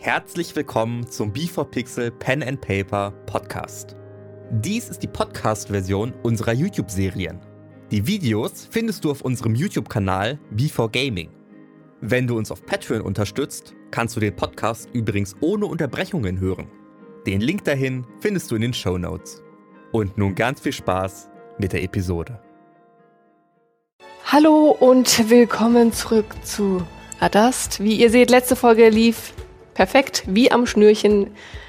Herzlich willkommen zum B4Pixel Pen and Paper Podcast. Dies ist die Podcast-Version unserer YouTube-Serien. Die Videos findest du auf unserem YouTube-Kanal B4Gaming. Wenn du uns auf Patreon unterstützt, kannst du den Podcast übrigens ohne Unterbrechungen hören. Den Link dahin findest du in den Shownotes. Und nun ganz viel Spaß mit der Episode. Hallo und willkommen zurück zu Adast. Wie ihr seht, letzte Folge lief perfekt, wie am Schnürchen.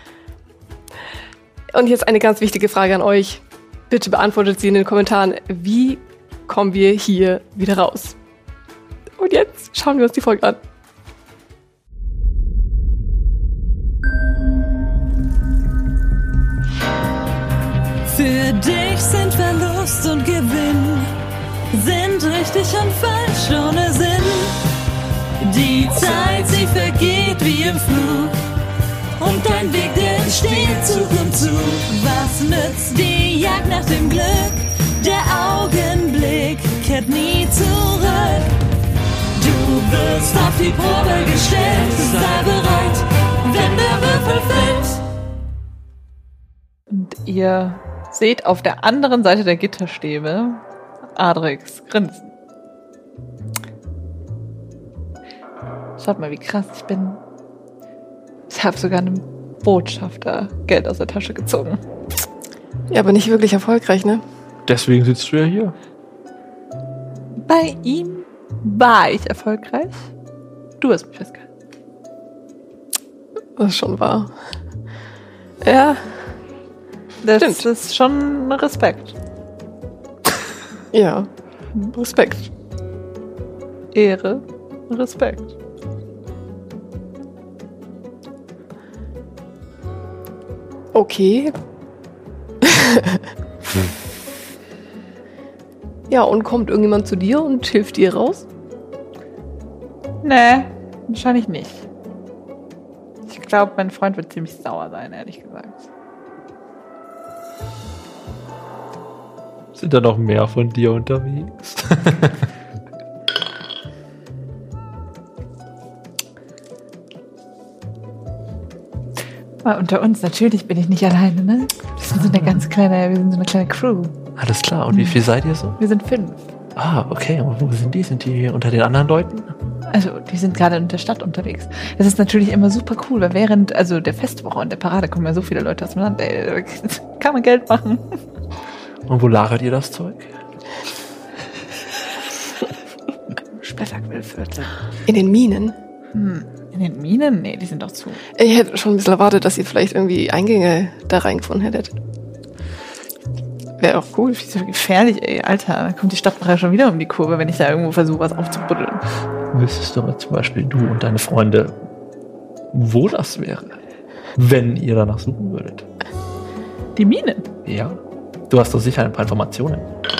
Und jetzt eine ganz wichtige Frage an euch. Bitte beantwortet sie in den Kommentaren. Wie kommen wir hier wieder raus? Und jetzt schauen wir uns die Folge an. Für dich sind Verlust und Gewinn, sind richtig und falsch ohne Sinn. Die Zeit, sie vergeht wie im Flug, und dein Weg, der entsteht Zug um Zug. Was nützt die Jagd nach dem Glück? Der Augenblick kehrt nie zurück. Du wirst auf die Probe gestellt, sei bereit, wenn der Würfel fällt. Und ihr seht auf der anderen Seite der Gitterstäbe Adrix grinsen. Schaut mal, wie krass ich bin. Ich habe sogar einem Botschafter Geld aus der Tasche gezogen. Ja, aber nicht wirklich erfolgreich, ne? Deswegen sitzt du ja hier. Bei ihm war ich erfolgreich. Du hast mich festgehalten. Das ist schon wahr. Ja, Das stimmt. ist schon Respekt. Ja, Respekt. Ehre, Respekt. Okay. Ja, und kommt irgendjemand zu dir und hilft dir raus? Nee, wahrscheinlich nicht. Ich glaube, mein Freund wird ziemlich sauer sein, ehrlich gesagt. Sind da noch mehr von dir unterwegs? Mal unter uns, natürlich bin ich nicht alleine, ne? Wir sind so eine kleine Crew. Alles klar. Und wie viel seid ihr so? Wir sind 5. Ah, okay. Und wo sind die? Sind die unter den anderen Leuten? Also, die sind gerade in der Stadt unterwegs. Das ist natürlich immer super cool, weil während der Festwoche und der Parade kommen ja so viele Leute aus dem Land, ey, kann man Geld machen. Und wo lagert ihr das Zeug? Splatterquillviertel. In den Minen? In den Minen? Nee, die sind doch zu. Ich hätte schon ein bisschen erwartet, dass ihr vielleicht irgendwie Eingänge da reingefunden hättet. Wäre auch cool. Die sind so gefährlich, ey, Alter. Da kommt die Stadtwache schon wieder um die Kurve, wenn ich da irgendwo versuche, was aufzubuddeln. Wüsstest du aber zum Beispiel, du und deine Freunde, wo das wäre, wenn ihr danach suchen würdet? Die Minen? Ja. Du hast doch sicher ein paar Informationen.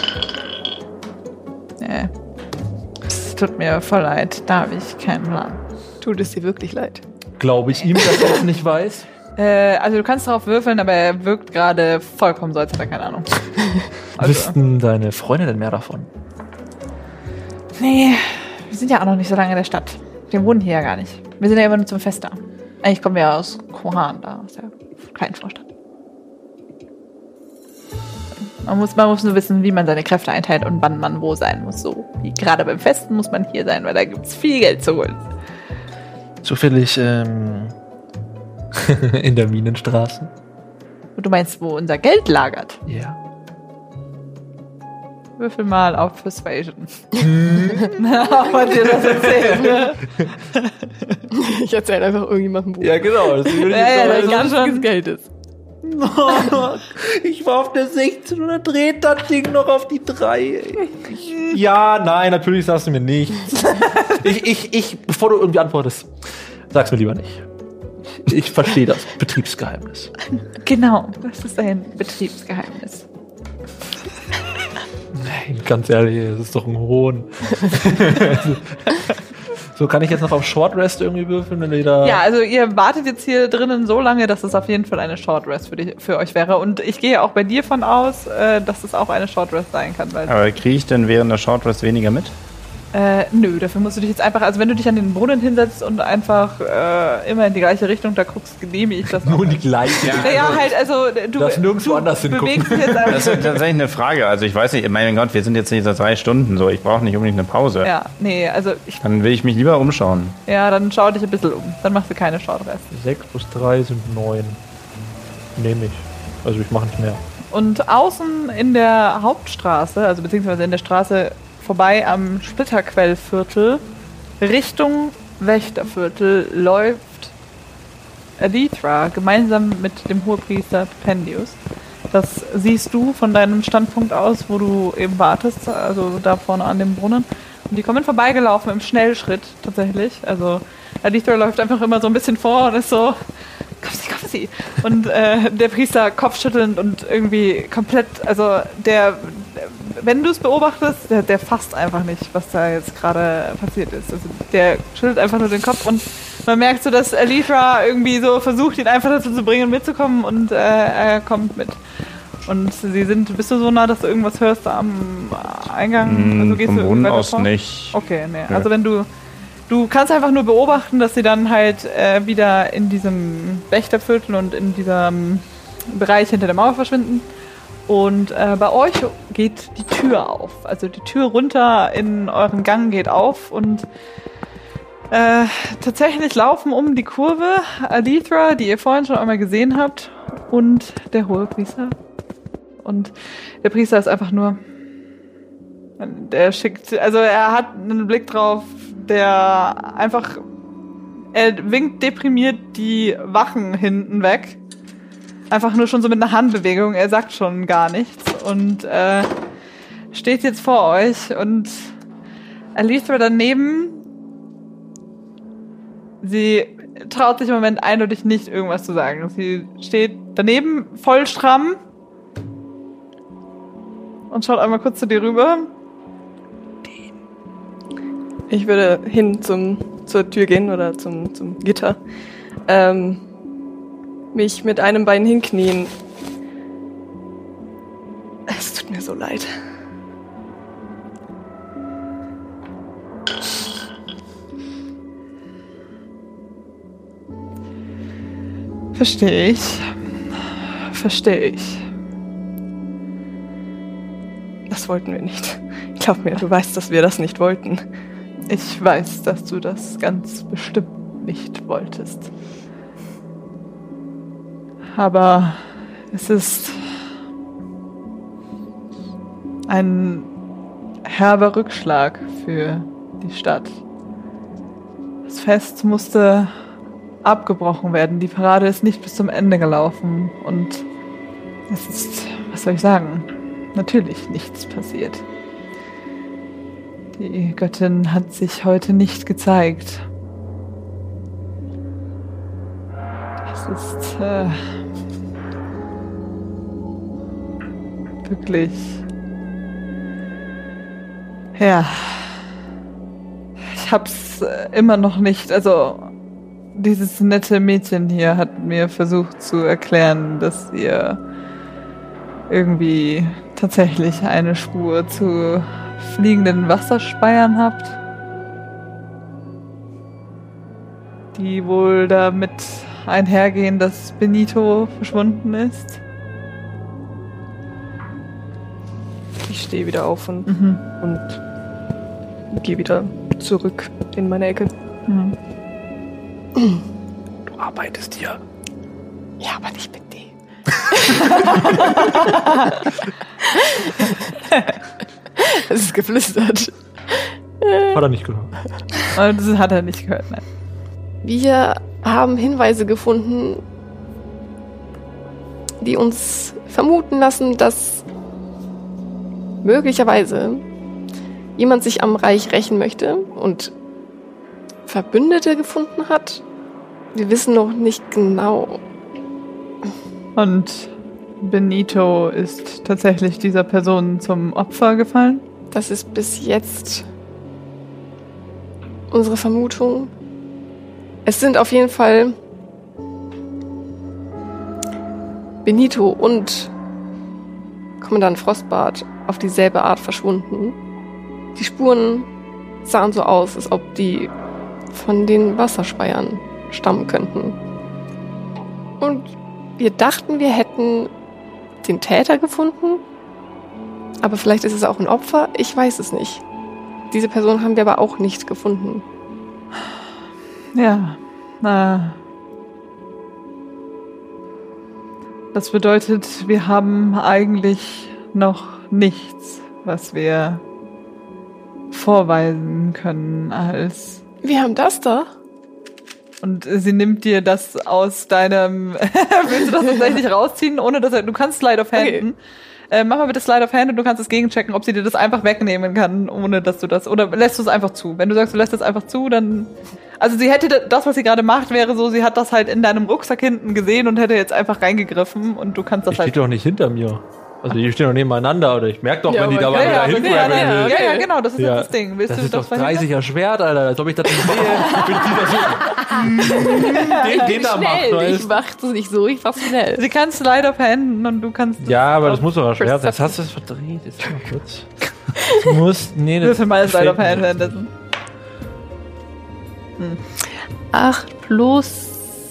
Nee. Es tut mir voll leid. Da habe ich keinen Plan. Tut es dir wirklich leid? Glaube ich ihm, dass er es nicht weiß? Also du kannst darauf würfeln, aber er wirkt gerade vollkommen so, als hätte er keine Ahnung. Also, Wüssten deine Freunde denn mehr davon? nee, wir sind ja auch noch nicht so lange in der Stadt. Wir wohnen hier ja gar nicht. Wir sind ja immer nur zum Fest da. Eigentlich kommen wir ja aus Kohan, da aus der kleinen Vorstadt. Man muss nur wissen, wie man seine Kräfte einteilt und wann man wo sein muss. So wie gerade beim Festen muss man hier sein, weil da gibt's viel Geld zu holen. Zufällig in der Minenstraße? Und du meinst, wo unser Geld lagert? Ja. Würfel mal auf Persuasion. Aber dir das erzählen. Ich erzähle einfach irgendjemandem, wo Ja, genau. Das würde das ganz schon- viel Geld ist. Ich war auf der 16 und dann dreht das Ding noch auf die 3. Ja, nein, natürlich sagst du mir nichts. Bevor du irgendwie antwortest, sag's mir lieber nicht. Ich verstehe das Betriebsgeheimnis. Genau, das ist ein Betriebsgeheimnis. Nein, ganz ehrlich, das ist doch ein Hohn. So, kann ich jetzt noch auf Short Rest irgendwie würfeln, wenn ihr da... Ja, also ihr wartet jetzt hier drinnen so lange, dass es auf jeden Fall eine Short Rest für euch wäre. Und ich gehe auch bei dir von aus, dass es auch eine Short Rest sein kann. Weil Aber kriege ich denn während der Short Rest weniger mit? Nö, dafür musst du dich jetzt einfach, also wenn du dich an den Brunnen hinsetzt und einfach immer in die gleiche Richtung da guckst, genehme ich das Nur auch. in die gleiche. Naja, halt, also du darfst nirgendwo anders hingucken. bewegst dich jetzt einfach. Das ist tatsächlich eine Frage. Also ich weiß nicht, mein Gott, wir sind jetzt nicht seit 3 Stunden so. Ich brauche nicht unbedingt eine Pause. Ja, nee, also Dann will ich mich lieber umschauen. ja, dann schau dich ein bisschen um. Dann machst du keine Shortrest. 6 plus 3 sind 9. Nehme ich. Also ich mache nicht mehr. Und außen in der Hauptstraße, also beziehungsweise in der Straße vorbei am Splitterquellviertel, Richtung Wächterviertel, läuft Alethra gemeinsam mit dem Hohepriester Pendius. Das siehst du von deinem Standpunkt aus, wo du eben wartest, also da vorne an dem Brunnen. Und die kommen vorbeigelaufen im Schnellschritt tatsächlich. Also Alethra läuft einfach immer so ein bisschen vor und ist so, kommen Sie. Und der Priester kopfschüttelnd und irgendwie komplett, also wenn du es beobachtest, der fasst einfach nicht, was da jetzt gerade passiert ist. Also der schüttelt einfach nur den Kopf und man merkt so, dass Alethra irgendwie so versucht, ihn einfach dazu zu bringen, mitzukommen und er kommt mit. Und bist du so nah, dass du irgendwas hörst am Eingang? Also gehst Vom du Brunnen weiter aus vor? nicht. Okay, nee. Ja. Also wenn du kannst einfach nur beobachten, dass sie dann halt wieder in diesem Wächterviertel und in diesem Bereich hinter der Mauer verschwinden. Und bei euch geht die Tür auf. Also die Tür runter in euren Gang geht auf und tatsächlich laufen um die Kurve Alethra, die ihr vorhin schon einmal gesehen habt, und der Hohepriester. Und der Priester ist einfach nur... er hat einen Blick drauf, der einfach... Er winkt deprimiert die Wachen hinten weg. Einfach nur schon so mit einer Handbewegung. Er sagt schon gar nichts. Und steht jetzt vor euch. Und Alethra daneben... Sie traut sich im Moment eindeutig nicht, irgendwas zu sagen. Sie steht daneben, voll stramm. Und schaut einmal kurz zu dir rüber. Ich würde hin zur Tür gehen oder zum Gitter. Mich mit einem Bein hinknien. Es tut mir so leid. Verstehe ich. Verstehe ich. Das wollten wir nicht. Glaub mir, du weißt, dass wir das nicht wollten. Ich weiß, dass du das ganz bestimmt nicht wolltest. Aber es ist ein herber Rückschlag für die Stadt. Das Fest musste abgebrochen werden. Die Parade ist nicht bis zum Ende gelaufen. Und es ist, was soll ich sagen, natürlich nichts passiert. Die Göttin hat sich heute nicht gezeigt. Das ist wirklich... Ja. Ich hab's immer noch nicht, also dieses nette Mädchen hier hat mir versucht zu erklären, dass ihr irgendwie tatsächlich eine Spur zu fliegenden Wasserspeiern habt, die wohl damit einhergehen, dass Benito verschwunden ist. Ich stehe wieder auf und gehe wieder zurück in meine Ecke. Mhm. Du arbeitest hier. Ja, aber nicht mit dem. Es ist geflüstert. Hat er nicht gehört. Und das hat er nicht gehört, nein. Wir haben Hinweise gefunden, die uns vermuten lassen, dass möglicherweise jemand sich am Reich rächen möchte und Verbündete gefunden hat. Wir wissen noch nicht genau. Und Benito ist tatsächlich dieser Person zum Opfer gefallen? Das ist bis jetzt unsere Vermutung. Es sind auf jeden Fall Benito und Kommandant Frostbart auf dieselbe Art verschwunden. Die Spuren sahen so aus, als ob die von den Wasserspeiern stammen könnten. Und wir dachten, wir hätten den Täter gefunden, aber vielleicht ist es auch ein Opfer, ich weiß es nicht. Diese Person haben wir aber auch nicht gefunden. Ja, na. Das bedeutet, wir haben eigentlich noch nichts, was wir vorweisen können als... Wir haben das da. Und sie nimmt dir das aus deinem... Willst du das tatsächlich rausziehen, ohne dass du kannst Slide of Hand. Okay. Mach mal bitte Slide of Hand und du kannst es gegenchecken, ob sie dir das einfach wegnehmen kann, ohne dass du das... Oder lässt du es einfach zu? Wenn du sagst, du lässt es einfach zu, dann... Also sie hätte das, was sie gerade macht, wäre so, sie hat das halt in deinem Rucksack hinten gesehen und hätte jetzt einfach reingegriffen und du kannst das Die halt... steht doch nicht hinter mir. Also die stehen doch nebeneinander, oder ich merke doch, Ja, wenn die da aber- mal ja, wieder aber- hingrabbeln will. Ja, genau, das ist Ja. jetzt das Ding. Willst Das du ist doch verhindern? 30er Schwert, Alter, als ob ich das nicht sehe. Wenn die da so den da macht, Schnell, weißt ich mach das nicht so, ich mach's schnell. Sie kann Slide of Hand und du kannst... du? Ja, aber das muss doch ein Schwert sein. Jetzt Perception. hast du es verdreht. Jetzt mal kurz. Das muss... Nee, das Würfel mal Slide of gefällt Hand mir. währenddessen. 8 plus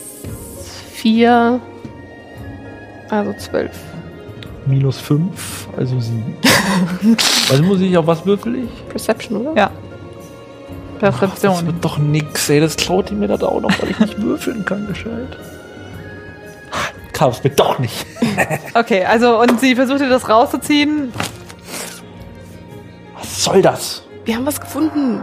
4, also 12. Minus 5, also 7. Also muss ich, auf was würfel ich? Perception, oder? Ja. Das Perception. wird doch nix, ey. Das klaut die mir das auch noch, weil ich nicht würfeln kann, gescheit. Kauf's mir doch nicht. Okay, also und sie versucht dir das rauszuziehen. Was soll das? Wir haben was gefunden.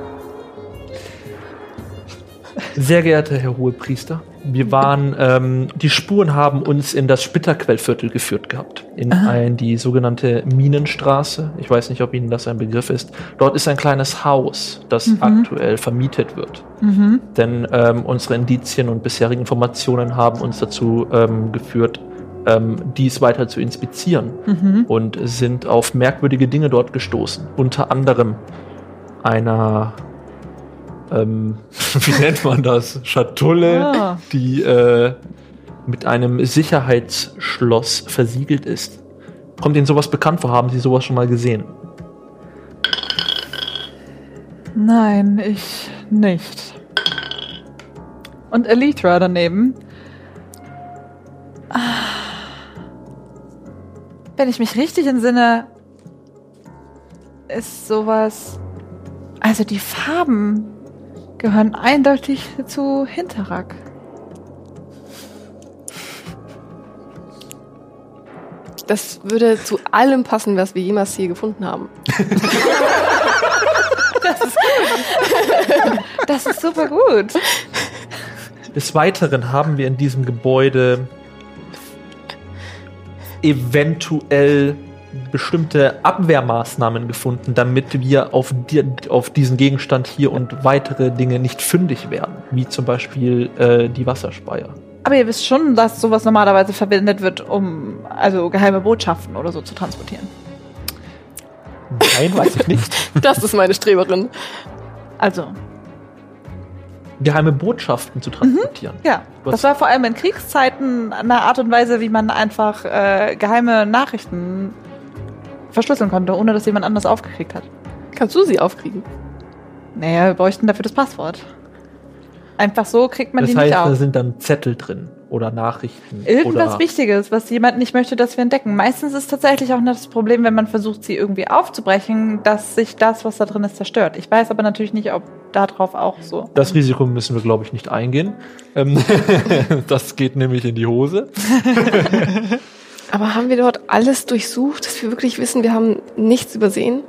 Sehr geehrter Herr Hohepriester, wir waren, die Spuren haben uns in das Spitterquellviertel geführt gehabt. In die sogenannte Minenstraße. Ich weiß nicht, ob Ihnen das ein Begriff ist. Dort ist ein kleines Haus, das aktuell vermietet wird. Denn unsere Indizien und bisherigen Informationen haben uns dazu geführt, dies weiter zu inspizieren und sind auf merkwürdige Dinge dort gestoßen. Unter anderem einer wie nennt man das? Schatulle, Ah. die mit einem Sicherheitsschloss versiegelt ist. Kommt Ihnen sowas bekannt vor? Haben Sie sowas schon mal gesehen? Nein, ich nicht. Und Elytra daneben. Wenn ich mich richtig entsinne, ist sowas... Also die Farben gehören eindeutig zu Hinterrack. Das würde zu allem passen, was wir jemals hier gefunden haben. Das ist super gut. Des Weiteren haben wir in diesem Gebäude eventuell bestimmte Abwehrmaßnahmen gefunden, damit wir auf diesen Gegenstand hier und weitere Dinge nicht fündig werden, wie zum Beispiel die Wasserspeier. Aber ihr wisst schon, dass sowas normalerweise verwendet wird, um also geheime Botschaften oder so zu transportieren. Nein, weiß ich nicht. Das ist meine Streberin. Also, Geheime Botschaften zu transportieren. ja. Was- Das war vor allem in Kriegszeiten eine Art und Weise, wie man einfach geheime Nachrichten verschlüsseln konnte, ohne dass jemand anders aufgekriegt hat. Kannst du sie aufkriegen? Naja, wir bräuchten dafür das Passwort. Einfach so kriegt man Das die heißt, nicht da auf. sind dann Zettel drin oder Nachrichten. Irgendwas oder Wichtiges, was jemand nicht möchte, dass wir entdecken. Meistens ist tatsächlich auch noch das Problem, wenn man versucht, sie irgendwie aufzubrechen, dass sich das, was da drin ist, zerstört. Ich weiß aber natürlich nicht, ob darauf auch so. Das Risiko müssen wir, glaube ich, nicht eingehen. Das geht nämlich in die Hose. Aber haben wir dort alles durchsucht, dass wir wirklich wissen, wir haben nichts übersehen?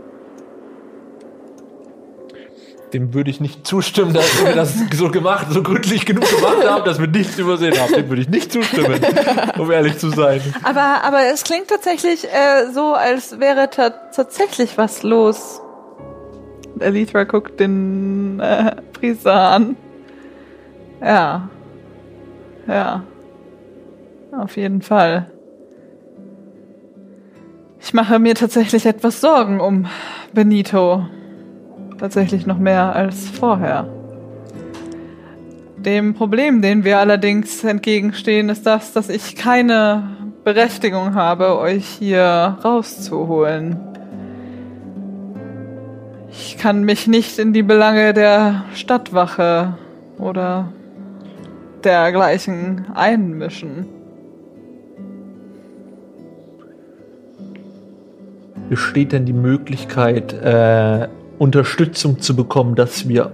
Dem würde ich nicht zustimmen, dass wir das so gründlich genug gemacht haben, dass wir nichts übersehen haben. Dem würde ich nicht zustimmen, um ehrlich zu sein. Aber es klingt tatsächlich so, als wäre tatsächlich was los. Und Elytra guckt den Priester an. Ja. Ja. Auf jeden Fall. Ich mache mir tatsächlich etwas Sorgen um Benito. Tatsächlich noch mehr als vorher. Dem Problem, dem wir allerdings entgegenstehen, ist das, dass ich keine Berechtigung habe, euch hier rauszuholen. Ich kann mich nicht in die Belange der Stadtwache oder dergleichen einmischen. Besteht denn die Möglichkeit, Unterstützung zu bekommen, dass wir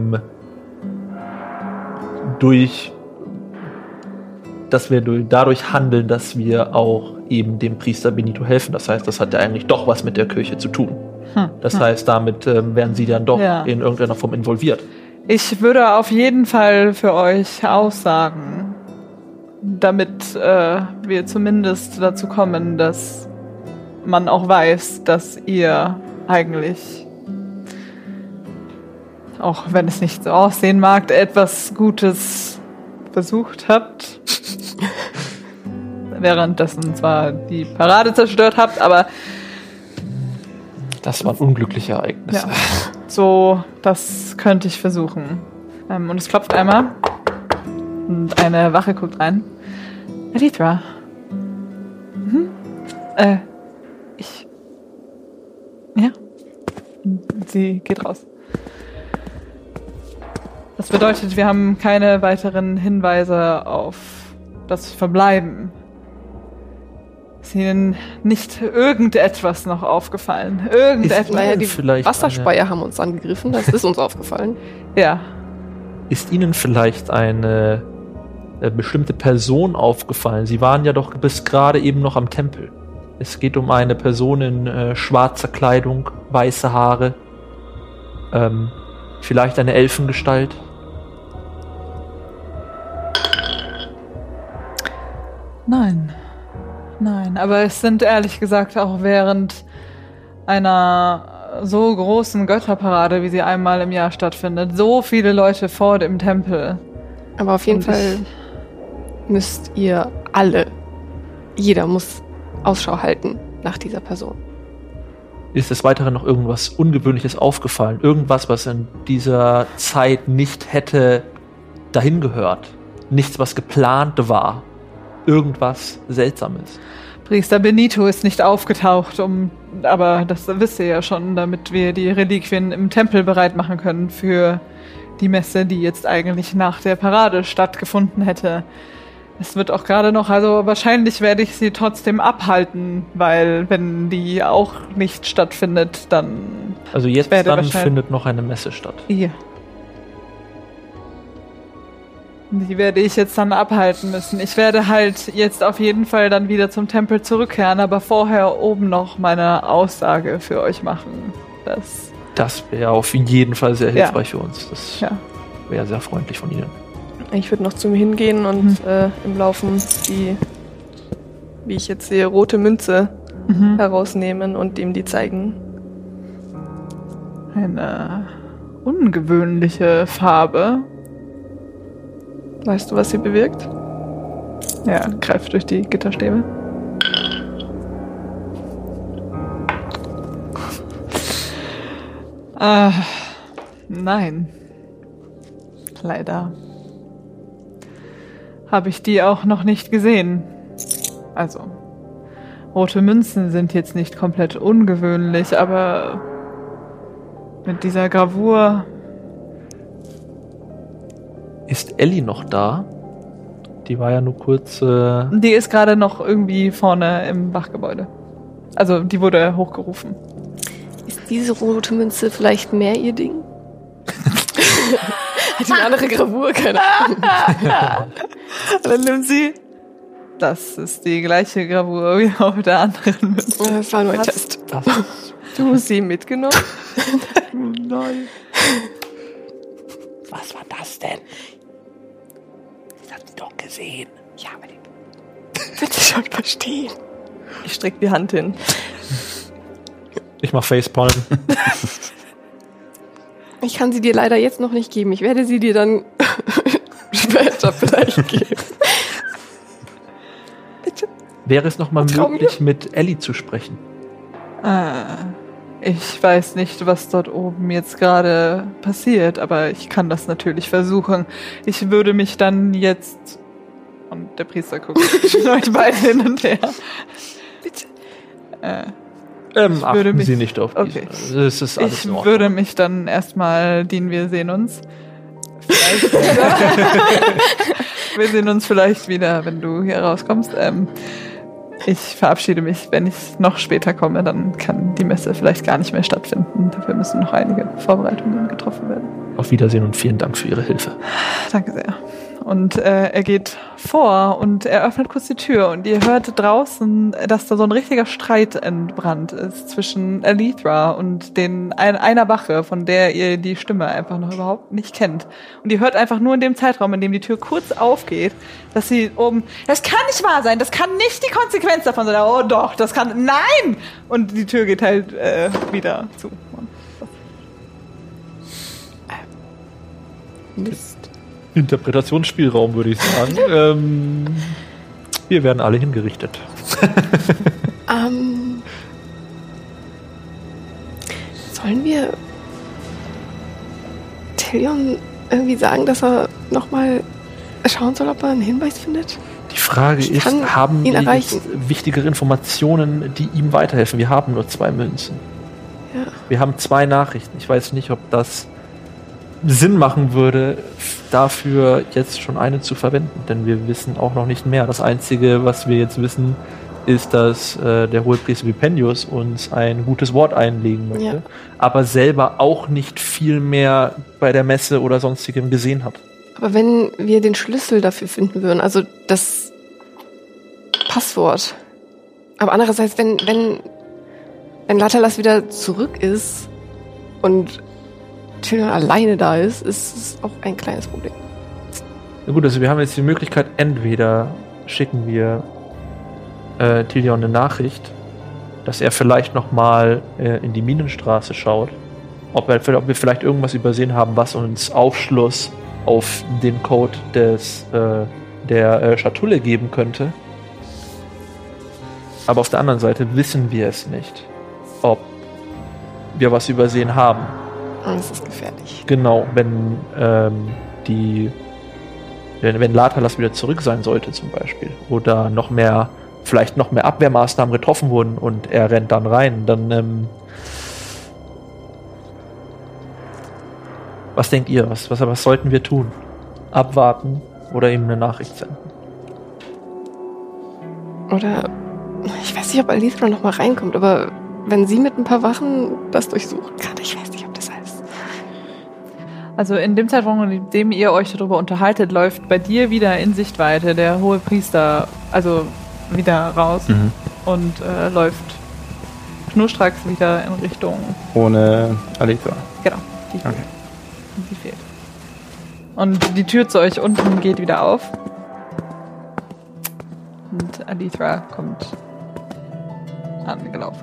dadurch handeln, dass wir auch eben dem Priester Benito helfen? Das heißt, das hat ja eigentlich doch was mit der Kirche zu tun. Das heißt, damit werden sie dann doch in irgendeiner Form involviert. Ich würde auf jeden Fall für euch aussagen, damit wir zumindest dazu kommen, dass man auch weiß, dass ihr eigentlich, auch wenn es nicht so aussehen mag, etwas Gutes versucht habt. Währenddessen zwar die Parade zerstört habt, aber das waren unglückliche Ereignisse. ja, so, das könnte ich versuchen. Und es klopft einmal und eine Wache guckt rein. Alethra. Ja. Und sie geht raus. Das bedeutet, wir haben keine weiteren Hinweise auf das Verbleiben. Ist Ihnen nicht irgendetwas noch aufgefallen? Irgendetwas? Naja, die vielleicht Wasserspeier haben uns angegriffen, das ist uns aufgefallen. Ja. Ist Ihnen vielleicht eine bestimmte Person aufgefallen? Sie waren ja doch bis gerade eben noch am Tempel. Es geht um eine Person in schwarzer Kleidung, weiße Haare, vielleicht eine Elfengestalt. Nein, aber es sind ehrlich gesagt auch während einer so großen Götterparade, wie sie einmal im Jahr stattfindet, so viele Leute vor dem Tempel. Aber auf jeden Fall müsst ihr alle, jeder muss Ausschau halten nach dieser Person. Ist des Weiteren noch irgendwas Ungewöhnliches aufgefallen? Irgendwas, was in dieser Zeit nicht hätte dahin gehört? Nichts, was geplant war? Irgendwas Seltsames? Priester Benito ist nicht aufgetaucht, aber das wisst ihr ja schon, damit wir die Reliquien im Tempel bereit machen können für die Messe, die jetzt eigentlich nach der Parade stattgefunden hätte. Es wird auch gerade noch, also wahrscheinlich werde ich sie trotzdem abhalten, weil wenn die auch nicht stattfindet, dann... Also jetzt dann findet noch eine Messe statt. Ja. Die werde ich jetzt dann abhalten müssen. Ich werde halt jetzt auf jeden Fall dann wieder zum Tempel zurückkehren, aber vorher oben noch meine Aussage für euch machen. Das wäre auf jeden Fall sehr hilfreich für uns. Das wäre sehr freundlich von Ihnen. Ich würde noch zu ihm hingehen und im Laufen die, wie ich jetzt sehe, rote Münze herausnehmen und ihm die zeigen. Eine ungewöhnliche Farbe. Weißt du, was sie bewirkt? Ja, greift durch die Gitterstäbe. Nein. Leider. Habe ich die auch noch nicht gesehen. Also, rote Münzen sind jetzt nicht komplett ungewöhnlich, aber mit dieser Gravur... Ist Ellie noch da? Die war ja nur kurz... Die ist gerade noch irgendwie vorne im Wachgebäude. Also, die wurde hochgerufen. Ist diese rote Münze vielleicht mehr ihr Ding? Hat eine andere Gravur, keine Ahnung. Dann nimmt sie. Das ist die gleiche Gravur wie auf der anderen Münze. Das war nur ein Test. Du hast sie mitgenommen? Nein. Was war das denn? Ich hab sie doch gesehen. Ja, aber die wird sie schon verstehen. Ich strecke die Hand hin. Ich mach Facepalm. Ich kann sie dir leider jetzt noch nicht geben. Ich werde sie dir dann später vielleicht geben. Bitte. Wäre es nochmal möglich, mit Ellie zu sprechen? Ich weiß nicht, was dort oben jetzt gerade passiert, aber ich kann das natürlich versuchen. Ich würde mich dann jetzt... Und der Priester guckt euch beide hin und her. Bitte. Achten Sie nicht auf Okay. diese. Es ist alles Ich in Ordnung. würde mich dann erstmal dienen, wir sehen uns. Wir sehen uns vielleicht wieder, wenn du hier rauskommst. Ich verabschiede mich. Wenn ich noch später komme, dann kann die Messe vielleicht gar nicht mehr stattfinden. Dafür müssen noch einige Vorbereitungen getroffen werden. Auf Wiedersehen und vielen Dank für Ihre Hilfe. Danke sehr. Und er geht vor und er öffnet kurz die Tür und ihr hört draußen, dass da so ein richtiger Streit entbrannt ist zwischen Alethra und einer Wache, von der ihr die Stimme einfach noch überhaupt nicht kennt. Und ihr hört einfach nur in dem Zeitraum, in dem die Tür kurz aufgeht, dass sie oben, das kann nicht wahr sein, das kann nicht die Konsequenz davon sein. Oh doch, das kann, nein! Und die Tür geht halt wieder zu. Mist. Interpretationsspielraum, würde ich sagen. Wir werden alle hingerichtet. Sollen wir Tillion irgendwie sagen, dass er nochmal schauen soll, ob er einen Hinweis findet? Die Frage Ich ist, kann haben ihn wir erreichen. jetzt wichtigere Informationen, die ihm weiterhelfen? Wir haben nur 2 Münzen. Ja. Wir haben 2 Nachrichten. Ich weiß nicht, ob das Sinn machen würde, dafür jetzt schon eine zu verwenden, denn wir wissen auch noch nicht mehr. Das Einzige, was wir jetzt wissen, ist, dass der Hohepriester Vipendius uns ein gutes Wort einlegen möchte, Ja. aber selber auch nicht viel mehr bei der Messe oder sonstigem gesehen hat. Aber wenn wir den Schlüssel dafür finden würden, also das Passwort. Aber andererseits, wenn Latalas wieder zurück ist und Tillion alleine da ist es auch ein kleines Problem. Na gut, also wir haben jetzt die Möglichkeit, entweder schicken wir Tillion eine Nachricht, dass er vielleicht nochmal in die Minenstraße schaut, ob wir vielleicht irgendwas übersehen haben, was uns Aufschluss auf den Code der Schatulle geben könnte. Aber auf der anderen Seite wissen wir es nicht, ob wir was übersehen haben. Das ist gefährlich. Genau, wenn Latalas wieder zurück sein sollte zum Beispiel oder vielleicht noch mehr Abwehrmaßnahmen getroffen wurden und er rennt dann rein, dann was denkt ihr? Was sollten wir tun? Abwarten oder ihm eine Nachricht senden? Oder ich weiß nicht, ob Alethra noch mal reinkommt, aber wenn sie mit ein paar Wachen das durchsuchen kann, ich weiß nicht, ob das heißt. Also in dem Zeitraum, in dem ihr euch darüber unterhaltet, läuft bei dir wieder in Sichtweite der Hohepriester, also wieder raus und läuft schnurstracks wieder in Richtung. Ohne Alethra. Genau, die fehlt. Und die Tür zu euch unten geht wieder auf. Und Alethra kommt angelaufen.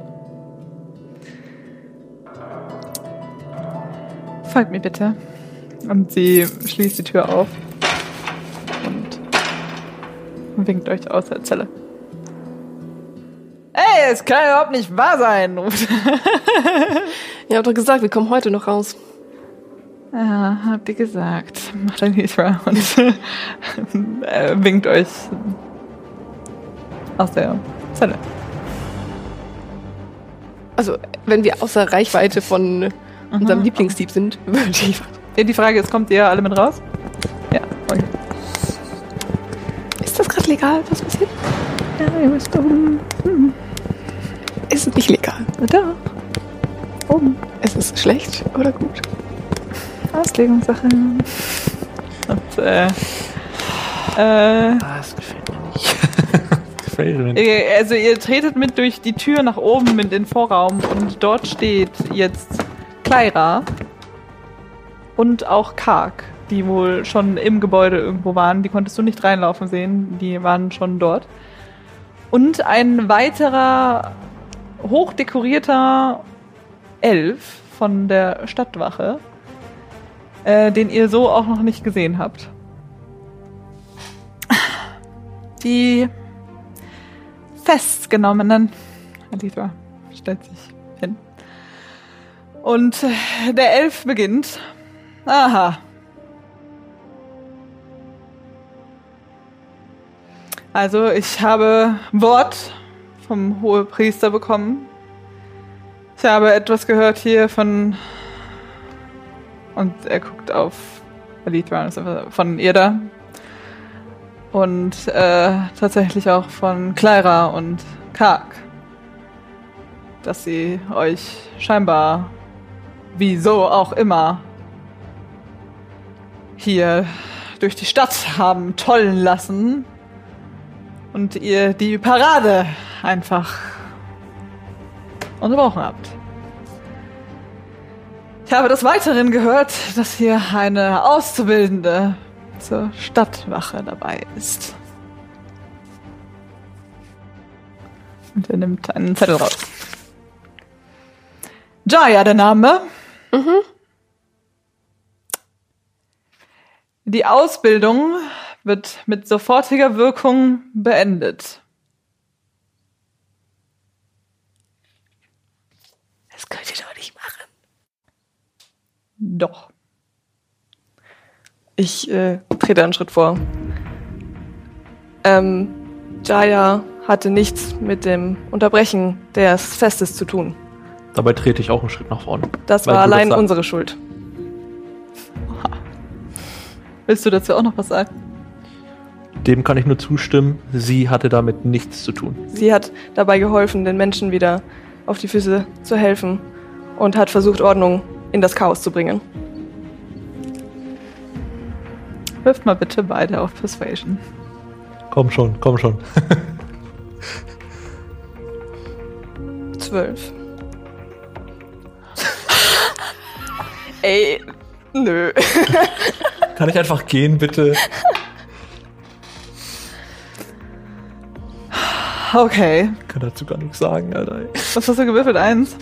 Folgt mir bitte. Und sie schließt die Tür auf und winkt euch aus der Zelle. Ey, es kann überhaupt nicht wahr sein! Ihr habt doch gesagt, wir kommen heute noch raus. Ja, habt ihr gesagt. Macht Alethra und winkt euch aus der Zelle. Also, wenn wir außer Reichweite von unserem Lieblingsdieb sind, würde ich... Die Frage ist, kommt ihr alle mit raus? Ja, okay. Ist das gerade legal, was passiert? Ja, ihr müsst oben. Ist es nicht legal? Da. Oben. Ist es schlecht oder gut? Auslegungssache. Und, Das gefällt mir nicht. Gefällt mir nicht. also ihr tretet mit durch die Tür nach oben in den Vorraum und dort steht jetzt Kleira und auch Kark, die wohl schon im Gebäude irgendwo waren. Die konntest du nicht reinlaufen sehen, die waren schon dort. Und ein weiterer hochdekorierter Elf von der Stadtwache, den ihr so auch noch nicht gesehen habt. Die Festgenommenen. Alethra stellt sich hin. Und der Elf beginnt. Aha. Also ich habe Wort vom Hohepriester bekommen, habe etwas gehört hier von... Und er guckt auf Alithra, von Irda. Und tatsächlich auch von Clara und Karg. Dass sie euch scheinbar, wieso auch immer, hier durch die Stadt haben tollen lassen und ihr die Parade einfach unterbrochen habt. Ich habe des Weiteren gehört, dass hier eine Auszubildende zur Stadtwache dabei ist. Und er nimmt einen Zettel raus. Jaya, der Name. Mhm. Die Ausbildung wird mit sofortiger Wirkung beendet. Das könnt ihr doch nicht machen. Doch. Ich trete einen Schritt vor. Jaya hatte nichts mit dem Unterbrechen des Festes zu tun. Dabei trete ich auch einen Schritt nach vorne. Das war allein unsere Schuld. Willst du dazu auch noch was sagen? Dem kann ich nur zustimmen. Sie hatte damit nichts zu tun. Sie hat dabei geholfen, den Menschen wieder auf die Füße zu helfen und hat versucht, Ordnung in das Chaos zu bringen. Wirft mal bitte beide auf Persuasion. Komm schon. 12. Ey, nö. Kann ich einfach gehen, bitte? Okay. Ich kann dazu gar nichts sagen, Alter. Was hast du gewürfelt? 1?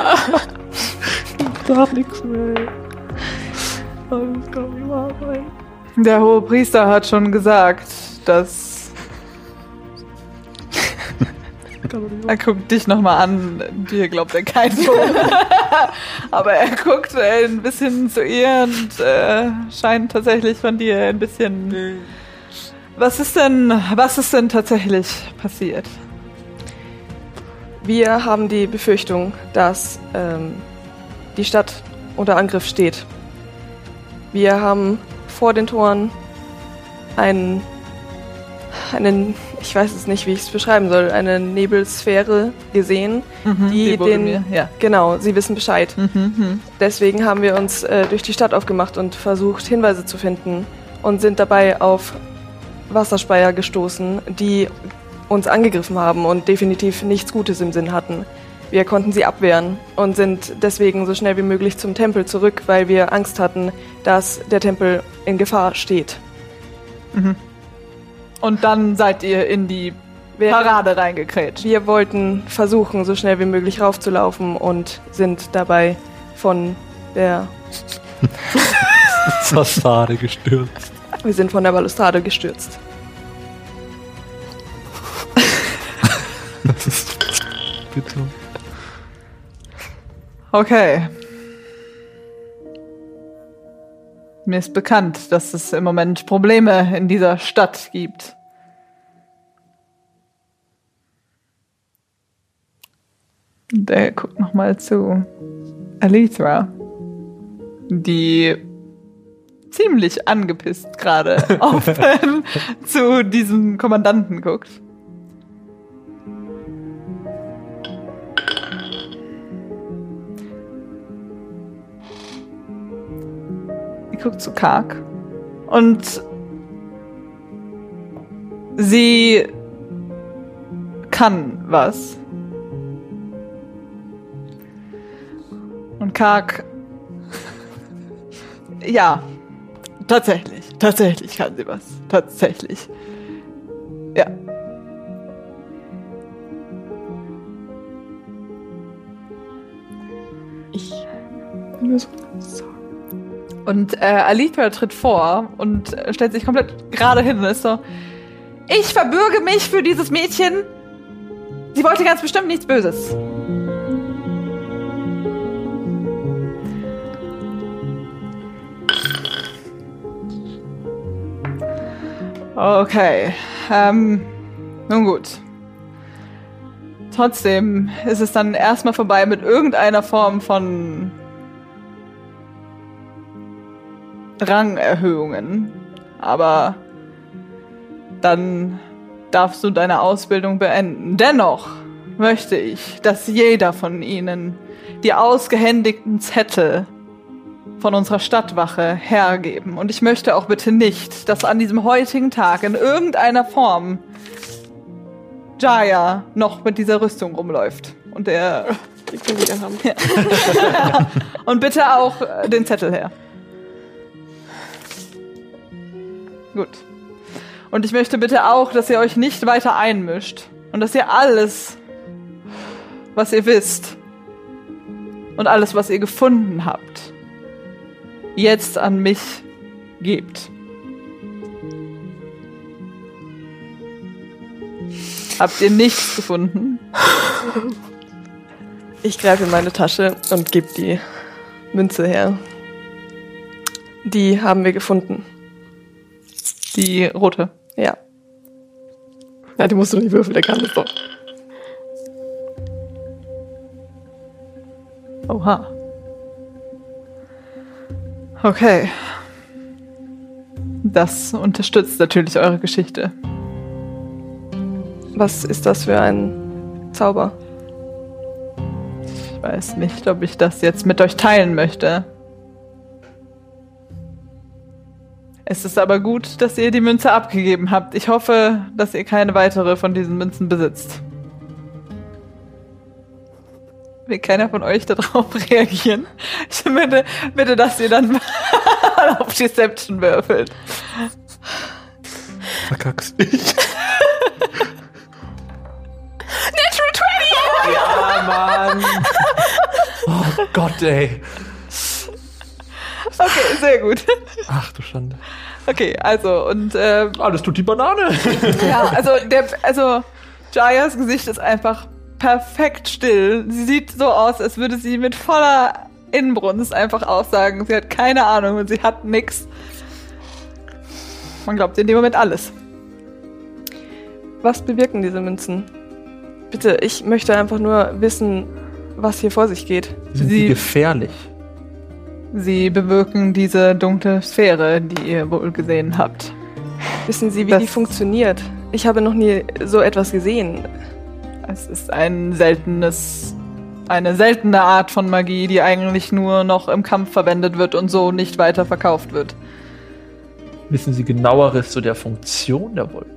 Ich darf nichts mehr. Das kann nicht wahr sein. Der hohe Priester hat schon gesagt, dass... Er guckt dich nochmal an. Dir glaubt er keinen Ton. Aber er guckt ein bisschen zu ihr und scheint tatsächlich von dir ein bisschen... Was ist denn tatsächlich passiert? Wir haben die Befürchtung, dass die Stadt unter Angriff steht. Wir haben vor den Toren einen, ich weiß es nicht, wie ich es beschreiben soll, eine Nebelsphäre gesehen, die den... Ja. Genau, sie wissen Bescheid. Deswegen haben wir uns durch die Stadt aufgemacht und versucht, Hinweise zu finden und sind dabei auf Wasserspeier gestoßen, die uns angegriffen haben und definitiv nichts Gutes im Sinn hatten. Wir konnten sie abwehren und sind deswegen so schnell wie möglich zum Tempel zurück, weil wir Angst hatten, dass der Tempel in Gefahr steht. Und dann seid ihr in die Parade reingekrätscht. Wir wollten versuchen, so schnell wie möglich raufzulaufen und sind dabei von der Fassade gestürzt. Wir sind von der Balustrade gestürzt. Das ist bitte. Okay. Mir ist bekannt, dass es im Moment Probleme in dieser Stadt gibt. Und er guckt nochmal zu Alithra, die ziemlich angepisst gerade zu diesem Kommandanten guckt. Sie guckt zu Karg und sie kann was. Und Karg, ja, tatsächlich kann sie was. Tatsächlich. Ja. Ich bin mir so sorry. Und Alithra tritt vor und stellt sich komplett gerade hin und ist so: Ich verbürge mich für dieses Mädchen. Sie wollte ganz bestimmt nichts Böses. Okay. Nun gut. Trotzdem ist es dann erstmal vorbei mit irgendeiner Form von Rangerhöhungen. Aber dann darfst du deine Ausbildung beenden. Dennoch möchte ich, dass jeder von ihnen die ausgehändigten Zettel von unserer Stadtwache hergeben. Und ich möchte auch bitte nicht, dass an diesem heutigen Tag in irgendeiner Form Jaya noch mit dieser Rüstung rumläuft. Und der... Die können die dann haben. Ja. Und bitte auch den Zettel her. Gut. Und ich möchte bitte auch, dass ihr euch nicht weiter einmischt. Und dass ihr alles, was ihr wisst und alles, was ihr gefunden habt, jetzt an mich gebt. Habt ihr nichts gefunden? Ich greife in meine Tasche und gebe die Münze her. Die haben wir gefunden. Die rote. Ja. Ja, die musst du nicht würfeln, der kann das doch. Oha. Okay. Das unterstützt natürlich eure Geschichte. Was ist das für ein Zauber? Ich weiß nicht, ob ich das jetzt mit euch teilen möchte. Es ist aber gut, dass ihr die Münze abgegeben habt. Ich hoffe, dass ihr keine weitere von diesen Münzen besitzt. Will keiner von euch darauf reagieren? Ich bitte, dass ihr dann mal auf Deception würfelt. Verkackst nicht. Natural 20! Ja, Mann. Oh Gott, ey. Okay, sehr gut. Ach du Schande. Okay, also, und Alles tut die Banane. ja, also Jayas Gesicht ist einfach perfekt still. Sie sieht so aus, als würde sie mit voller Inbrunst einfach aussagen, sie hat keine Ahnung und sie hat nix. Man glaubt in dem Moment alles. Was bewirken diese Münzen? Bitte, ich möchte einfach nur wissen, was hier vor sich geht. Sind sie gefährlich? Sie bewirken diese dunkle Sphäre, die ihr wohl gesehen habt. Wissen Sie, wie Das- die funktioniert? Ich habe noch nie so etwas gesehen. Es ist eine seltene Art von Magie, die eigentlich nur noch im Kampf verwendet wird und so nicht weiter verkauft wird. Wissen Sie genaueres zu der Funktion der Wolke?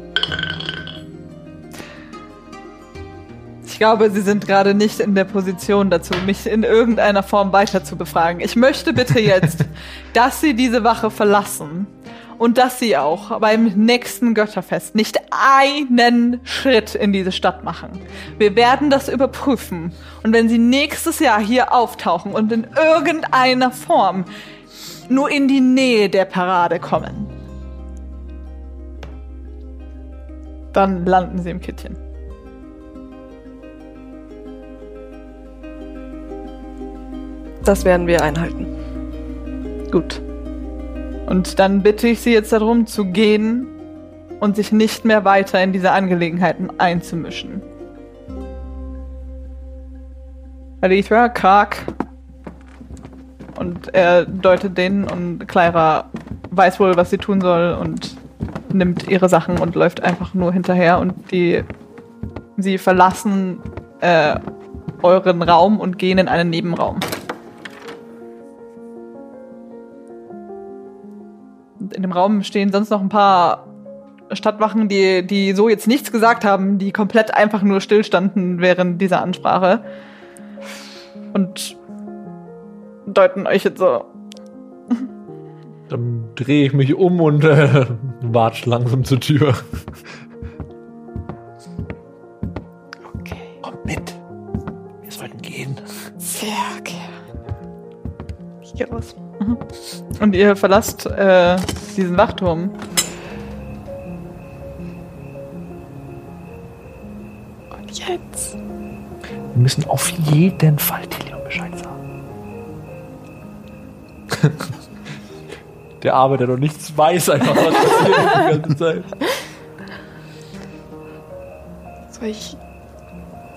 Ich glaube, Sie sind gerade nicht in der Position dazu, mich in irgendeiner Form weiter zu befragen. Ich möchte bitte jetzt, dass Sie diese Wache verlassen und dass Sie auch beim nächsten Götterfest nicht einen Schritt in diese Stadt machen. Wir werden das überprüfen. Und wenn Sie nächstes Jahr hier auftauchen und in irgendeiner Form nur in die Nähe der Parade kommen, dann landen Sie im Kittchen. Das werden wir einhalten. Gut. Und dann bitte ich Sie jetzt darum, zu gehen und sich nicht mehr weiter in diese Angelegenheiten einzumischen. Alethra, Kark. Und er deutet den und Clara weiß wohl, was sie tun soll und nimmt ihre Sachen und läuft einfach nur hinterher und sie verlassen euren Raum und gehen in einen Nebenraum. Und in dem Raum stehen sonst noch ein paar Stadtwachen, die so jetzt nichts gesagt haben, die komplett einfach nur stillstanden während dieser Ansprache. Und deuten euch jetzt so. Dann drehe ich mich um und watsch langsam zur Tür. Okay. Komm mit. Wir sollten gehen. Sehr gerne. Ich gehe raus. Und ihr verlasst diesen Wachturm. Und jetzt? Wir müssen auf jeden Fall Tilion Bescheid sagen. Der Arme, der noch nichts weiß, einfach was passiert die ganze Zeit. Soll ich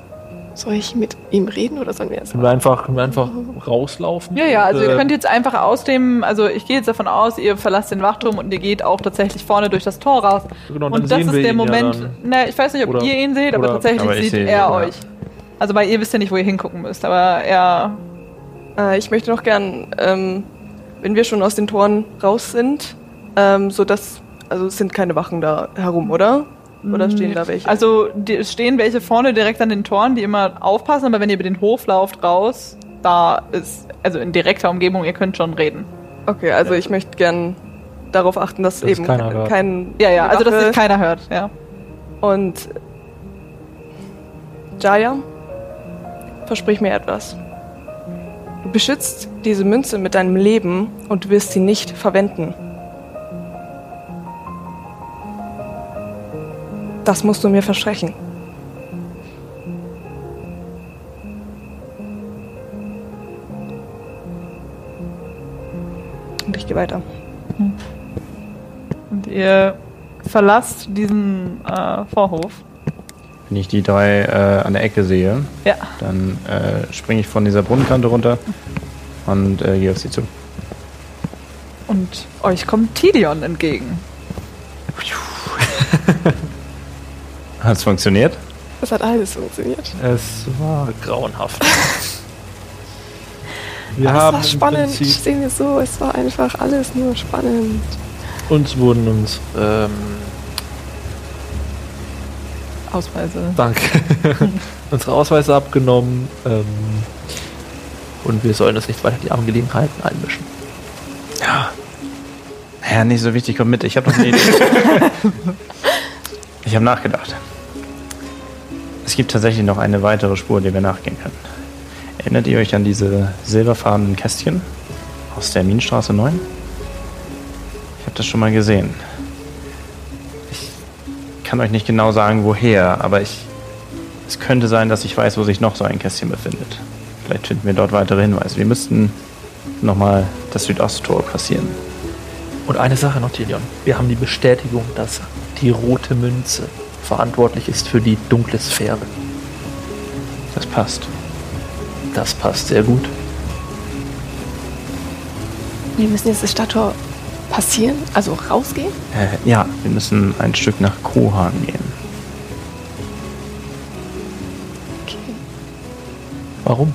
Soll ich mit ihm reden oder sollen wir erst Können wir einfach rauslaufen? Ja, also Und, ihr könnt jetzt einfach aus dem, also ich gehe jetzt davon aus, ihr verlasst den Wachturm und ihr geht auch tatsächlich vorne durch das Tor raus. Genau, dann Und das sehen ist wir der ihn Moment, ja na, ich weiß nicht, ob Oder- ihr ihn seht, aber oder- tatsächlich Aber ich sieht sehe ihn, er ja. euch. Also weil ihr wisst ja nicht, wo ihr hingucken müsst, aber er... Ich möchte noch gern, wenn wir schon aus den Toren raus sind, sodass, also es sind keine Wachen da herum, oder? Oder stehen da welche? Also es stehen welche vorne direkt an den Toren, die immer aufpassen, aber wenn ihr über den Hof lauft raus, da ist, also in direkter Umgebung, ihr könnt schon reden. Okay, also ich möchte gern darauf achten, dass Dass eben keiner hört. kein... Ja, also dass Wache- sich keiner hört, ja. Und Jaya, versprich mir etwas. Du beschützt diese Münze mit deinem Leben und wirst sie nicht verwenden. Das musst du mir versprechen. Und ich gehe weiter. Und ihr verlasst diesen Vorhof. Wenn ich die 3 an der Ecke sehe, Ja. dann springe ich von dieser Brunnenkante runter und gehe auf sie zu. Und euch kommt Tilion entgegen. Hat es funktioniert? Das hat alles funktioniert. Es war grauenhaft. Wir Aber haben es war im spannend. Prinzip, Sehen wir so, es war einfach alles nur spannend. uns wurden Ausweise. danke, unsere Ausweise abgenommen und wir sollen uns nicht weiter in die Angelegenheiten einmischen. Ja, nicht so wichtig, komm mit. Ich habe noch eine Idee. Ich habe nachgedacht. Es gibt tatsächlich noch eine weitere Spur, der wir nachgehen können. Erinnert ihr euch an diese silberfarbenen Kästchen aus der Minenstraße 9? Ich habe das schon mal gesehen. Ich kann euch nicht genau sagen, woher, aber es könnte sein, dass ich weiß, wo sich noch so ein Kästchen befindet. Vielleicht finden wir dort weitere Hinweise. Wir müssten nochmal das Südosttor passieren. Und eine Sache noch, Tilion. Wir haben die Bestätigung, dass die rote Münze verantwortlich ist für die dunkle Sphäre. Das passt. Das passt sehr gut. Wir müssen jetzt das Stadttor passieren, also rausgehen. Ja, wir müssen ein Stück nach Kohan gehen. Okay. Warum?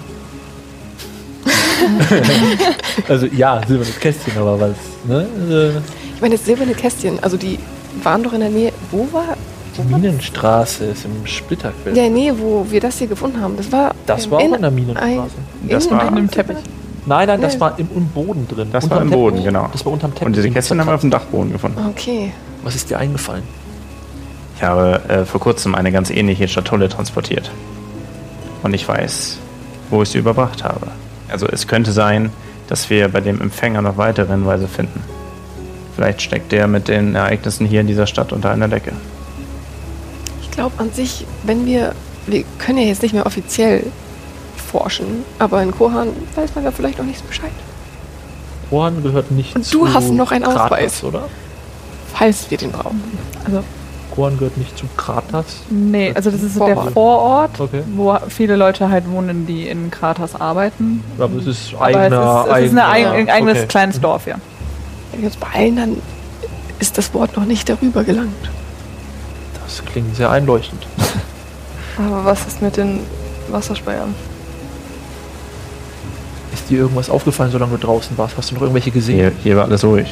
Also ja, silbernes Kästchen, aber was, ne? Ich meine, das silberne Kästchen, also die waren doch in der Nähe. Wo war? Die Minenstraße ist im Splitterquell. In der Nähe, wo wir das hier gefunden haben. Das war. Das war auch in der Minenstraße. Das war in einem Teppich. Nein, das Nee. war im Boden drin. Das Unterm war im Boden, Teppich. genau. Das war unterm Teppich. Und diese Kästchen haben wir auf dem Dachboden gefunden. Okay. Was ist dir eingefallen? Ich habe vor kurzem eine ganz ähnliche Schatulle transportiert. Und ich weiß, wo ich sie überbracht habe. Also es könnte sein, dass wir bei dem Empfänger noch weitere Hinweise finden. Vielleicht steckt der mit den Ereignissen hier in dieser Stadt unter einer Decke. Ich glaube an sich, wenn wir können ja jetzt nicht mehr offiziell forschen, aber in Kohan weiß man ja vielleicht noch nicht Bescheid. Kohan gehört nicht Und zu du hast noch einen Kratas, Ausweis. oder? Falls wir den brauchen. Also, Kohan gehört nicht zu Kratas. nee, also das ist der Vorort. Vorort, Okay. wo viele Leute halt wohnen, die in Kratas arbeiten. Aber es ist Aber eigener, es ist ein eigenes okay. kleines Dorf, ja. Wenn wir uns beeilen, dann ist das Wort noch nicht darüber gelangt. Das klingt sehr einleuchtend. Aber was ist mit den Wasserspeiern? Ist dir irgendwas aufgefallen, solange du draußen warst? Hast du noch irgendwelche gesehen? Hier war alles ruhig.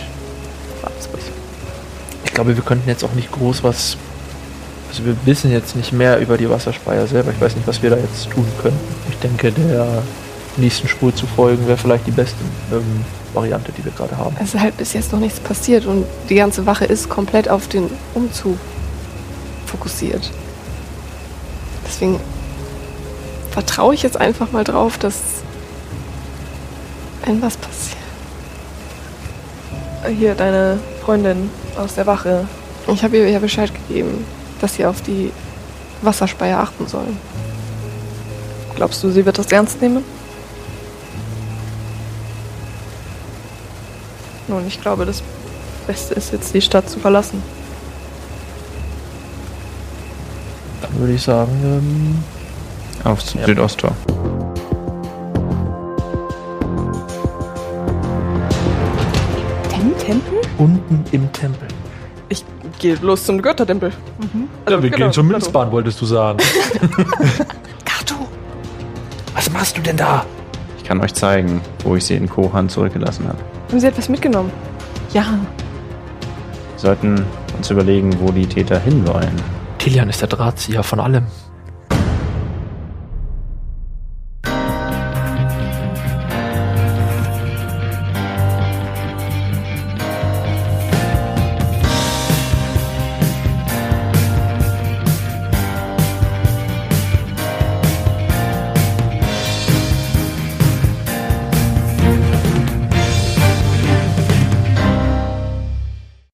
Ich glaube, wir könnten jetzt auch nicht groß was... Also wir wissen jetzt nicht mehr über die Wasserspeier selber. Ich weiß nicht, was wir da jetzt tun können. Ich denke, der nächsten Spur zu folgen wäre vielleicht die beste Variante, die wir gerade haben. Es ist halt bis jetzt noch nichts passiert und die ganze Wache ist komplett auf den Umzug fokussiert. Deswegen vertraue ich jetzt einfach mal drauf, dass wenn was passiert. Hier, deine Freundin aus der Wache. Ich habe ihr ja Bescheid gegeben, dass sie auf die Wasserspeier achten sollen. Glaubst du, sie wird das ernst nehmen? Nun, ich glaube, das Beste ist jetzt, die Stadt zu verlassen. Dann würde ich sagen, Aufs Südosttor. Tempel? Unten im Tempel. Ich gehe los zum Göttertempel. Ja, wir genau, gehen zur Münzbahn, wolltest du sagen. Kato! Was machst du denn da? Ich kann euch zeigen, wo ich sie in Kohan zurückgelassen habe. Haben Sie etwas mitgenommen? Ja. Wir sollten uns überlegen, wo die Täter hinwollen. Tilian ist der Drahtzieher von allem.